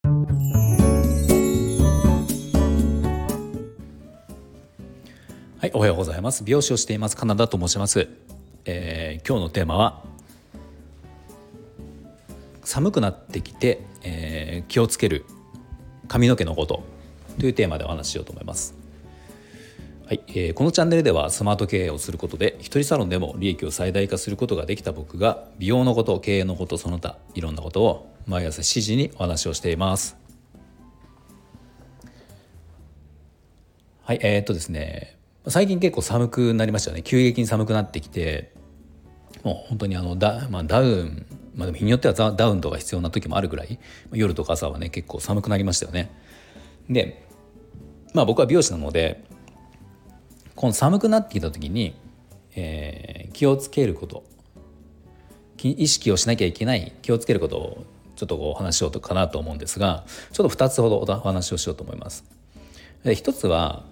はい、おはようございます。美容師をしていますカナダと申します。今日のテーマは寒くなってきて、気をつける髪の毛のことというテーマでお話ししようと思います。はい、このチャンネルではスマート経営をすることで一人サロンでも利益を最大化することができた僕が美容のこと、経営のこと、その他いろんなことを毎朝7時にお話をしています。はい、ですね、最近結構寒くなりましたよね。急激に寒くなってきて、もう本当にダウン、でも日によってはダウンとか必要な時もあるぐらい、夜とか朝はね結構寒くなりましたよね。で、僕は美容師なので、この寒くなってきた時に、気をつけること、意識をしなきゃいけない気をつけることをちょっとお話ししようかなと思うんですが、ちょっと2つほどお話をしようと思います。で、1つは、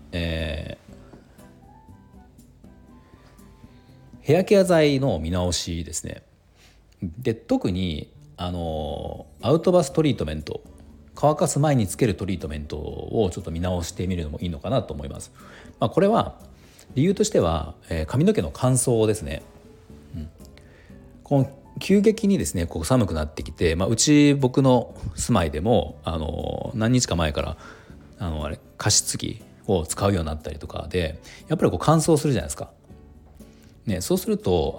ヘアケア剤の見直しですね。で、特にアウトバストリートメント、乾かす前につけるトリートメントをちょっと見直してみるのもいいのかなと思います。これは理由としては、髪の毛の乾燥ですね。この急激にですねこう寒くなってきて、僕の住まいでも何日か前から加湿器を使うようになったりとかで、やっぱりこう乾燥するじゃないですか。ね、そうすると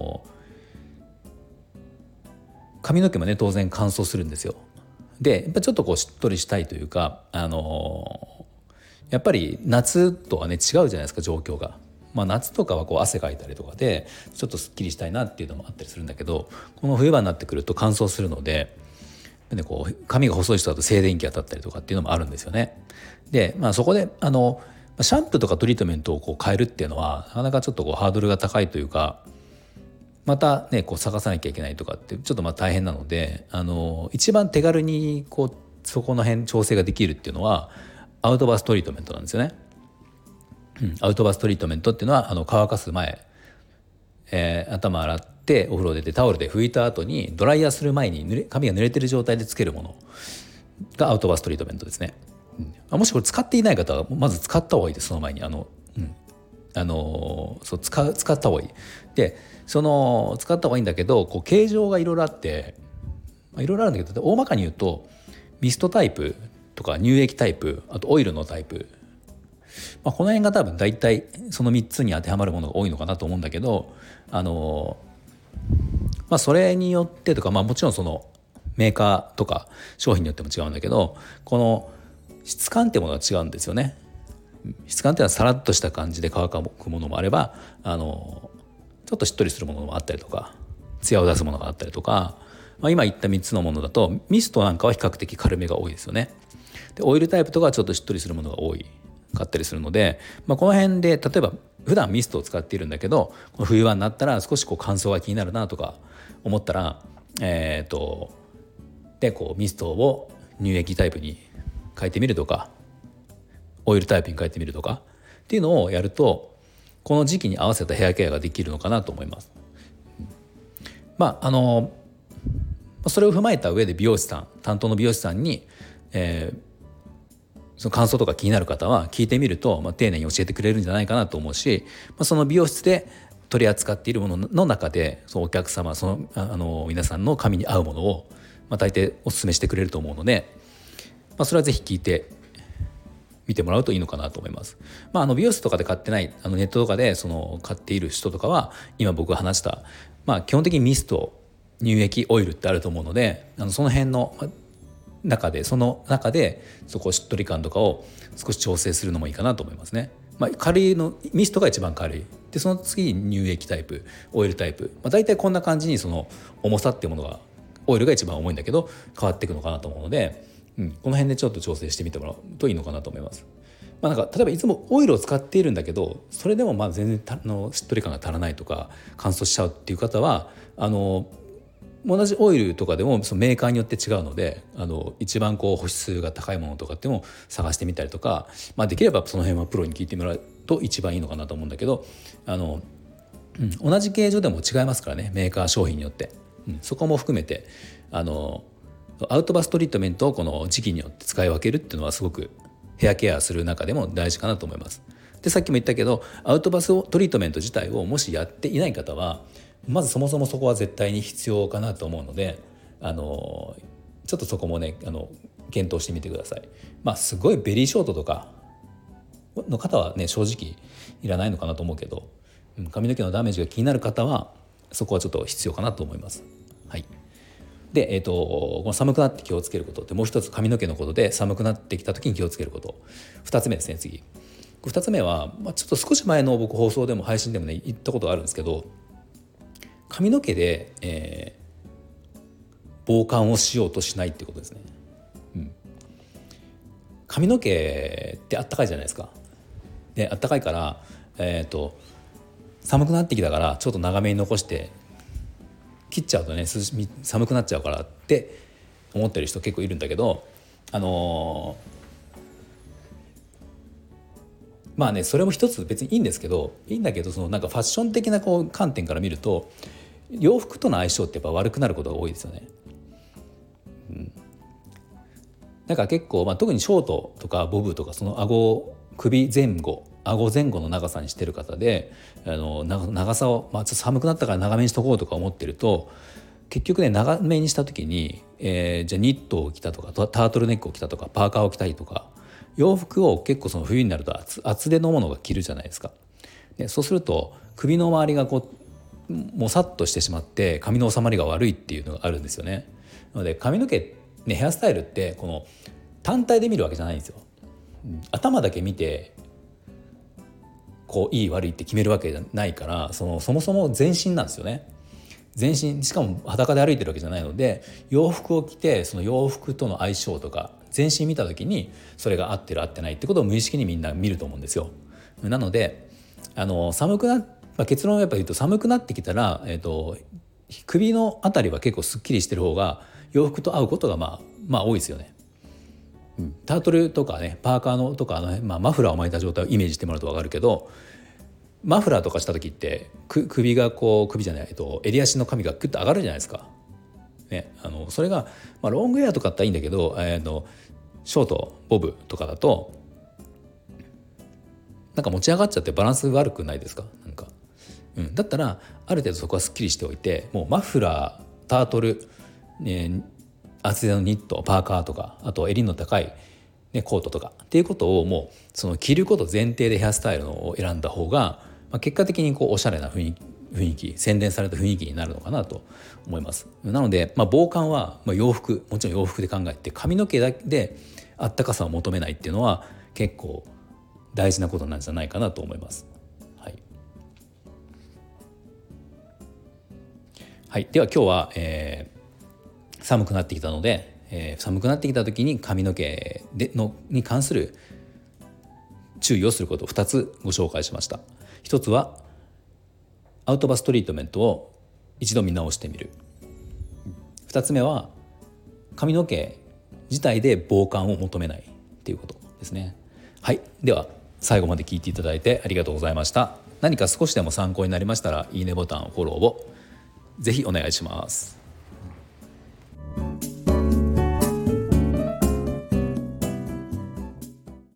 髪の毛もね当然乾燥するんですよ。で、やっぱちょっとこうしっとりしたいというか、やっぱり夏とはね違うじゃないですか、状況が。夏とかはこう汗かいたりとかでちょっとすっきりしたいなっていうのもあったりするんだけど、この冬場になってくると乾燥するので、こう髪が細い人だと静電気当たったりとかっていうのもあるんですよね。で、そこでシャンプーとかトリートメントをこう変えるっていうのはなかなかちょっとこうハードルが高いというか、またねこう探さなきゃいけないとかってちょっと大変なので、一番手軽にこうそこの辺調整ができるっていうのはアウトバストリートメントなんですよね。アウトバストリートメントっていうのは乾かす前、頭洗ってお風呂出てタオルで拭いた後にドライヤーする前に髪が濡れてる状態でつけるものがアウトバストリートメントですね。もしこれ使っていない方はまず使った方がいいです。その前にそう使った方がいい。で、使った方がいいんだけど、こう形状がいろいろあって、いろいろあるんだけど、大まかに言うとミストタイプとか乳液タイプ、あとオイルのタイプ、この辺が多分大体その3つに当てはまるものが多いのかなと思うんだけど、それによってとか、もちろんそのメーカーとか商品によっても違うんだけど、この質感ってものが違うんですよね。質感っていうのはさらっとした感じで乾くものもあれば、ちょっとしっとりするものもあったりとか、艶を出すものがあったりとか、今言った3つのものだとミストなんかは比較的軽めが多いですよね。で、オイルタイプとかはちょっとしっとりするものが多かったりするので、この辺で例えば普段ミストを使っているんだけど、この冬場になったら少しこう乾燥が気になるなとか思ったら、でこうミストを乳液タイプに変えてみるとか、オイルタイプに変えてみるとかっていうのをやると、この時期に合わせたヘアケアができるのかなと思います。それを踏まえた上で担当の美容師さんに、その感想とか気になる方は聞いてみると、丁寧に教えてくれるんじゃないかなと思うし、その美容室で取り扱っているものの中で、そのお客様、皆さんの髪に合うものを、大抵お勧めしてくれると思うので、それはぜひ聞いて見てもらうといいのかなと思います。美容室とかで買ってない、ネットとかで買っている人とかは、今僕が話した、基本的にミスト、乳液、オイルってあると思うので、その辺の中でそこしっとり感とかを少し調整するのもいいかなと思いますね。軽いのミストが一番軽いで、その次に乳液タイプ、オイルタイプ、大体こんな感じにその重さっていうものが、オイルが一番重いんだけど変わっていくのかなと思うので、この辺でちょっと調整してみてもらうといいのかなと思います。例えばいつもオイルを使っているんだけど、それでも全然しっとり感が足らないとか乾燥しちゃうっていう方は、同じオイルとかでもそのメーカーによって違うので、一番こう保湿が高いものとかっていうのを探してみたりとか、できればその辺はプロに聞いてもらうと一番いいのかなと思うんだけど、同じ形状でも違いますからね、メーカー商品によって、そこも含めてアウトバストリートメントをこの時期によって使い分けるっていうのはすごくヘアケアする中でも大事かなと思います。でさっきも言ったけどアウトバストリートメント自体をもしやっていない方はまずそもそもそこは絶対に必要かなと思うのでちょっとそこもね検討してみてください。すごいベリーショートとかの方はね正直いらないのかなと思うけど、髪の毛のダメージが気になる方はそこはちょっと必要かなと思います。はい。で、この寒くなって気をつけることってもう一つ髪の毛のことで寒くなってきた時に気をつけること2つ目ですね。次2つ目は、ちょっと少し前の僕放送でも配信でもね言ったことがあるんですけど髪の毛で、防寒をしようとしないってことですね。髪の毛ってあったかいじゃないですか。であったかいから、寒くなってきたからちょっと長めに残して切っちゃうとね寒くなっちゃうからって思ってる人結構いるんだけどそれも一つ別にいいんですけどいいんだけどなんかファッション的な観点から見ると洋服との相性ってやっぱ悪くなることが多いですよね。だから結構、特にショートとかボブとかその首前後顎前後の長さにしてる方で長さを、ちょっと寒くなったから長めにしとこうとか思ってると結局ね長めにした時に、じゃあニットを着たとかタートルネックを着たとかパーカーを着たりとか洋服を結構その冬になると厚手のものが着るじゃないですか。でそうすると首の周りがもさっとしてしまって髪の収まりが悪いっていうのがあるんですよね。なので髪の毛ねヘアスタイルってこの単体で見るわけじゃないんですよ。頭だけ見ていい悪いって決めるわけじゃないからそもそも全身なんですよね。全身しかも裸で歩いてるわけじゃないので洋服を着てその洋服との相性とか全身見た時にそれが合ってる合ってないってことを無意識にみんな見ると思うんですよ。なので結論をやっぱり言うと寒くなってきたら、首のあたりは結構すっきりしてる方が洋服と合うことが多いですよね。タートルとかねパーカーのとかマフラーを巻いた状態をイメージしてもらうと分かるけどマフラーとかした時って首が首じゃない襟足の髪がクッと上がるじゃないですか、ね、それが、ロングヘアとかだったらいいんだけど、ショートボブとかだとなんか持ち上がっちゃってバランス悪くないですか。だったらある程度そこはすっきりしておいてもうマフラータートル、厚手のニットパーカーとかあと襟の高い、コートとかっていうことをもうその着ること前提でヘアスタイルを選んだ方が、結果的におしゃれな雰囲気洗練された雰囲気になるのかなと思います。なので、防寒は洋服もちろん洋服で考えて髪の毛だけであったかさを求めないっていうのは結構大事なことなんじゃないかなと思います。はい、では今日は、寒くなってきたので、寒くなってきた時に髪の毛に関する注意をすることを2つご紹介しました。1つはアウトバストリートメントを一度見直してみる。2つ目は髪の毛自体で防寒を求めないっていうことですね。はい、では最後まで聞いていただいてありがとうございました。何か少しでも参考になりましたらいいねボタンフォローをぜひお願いします。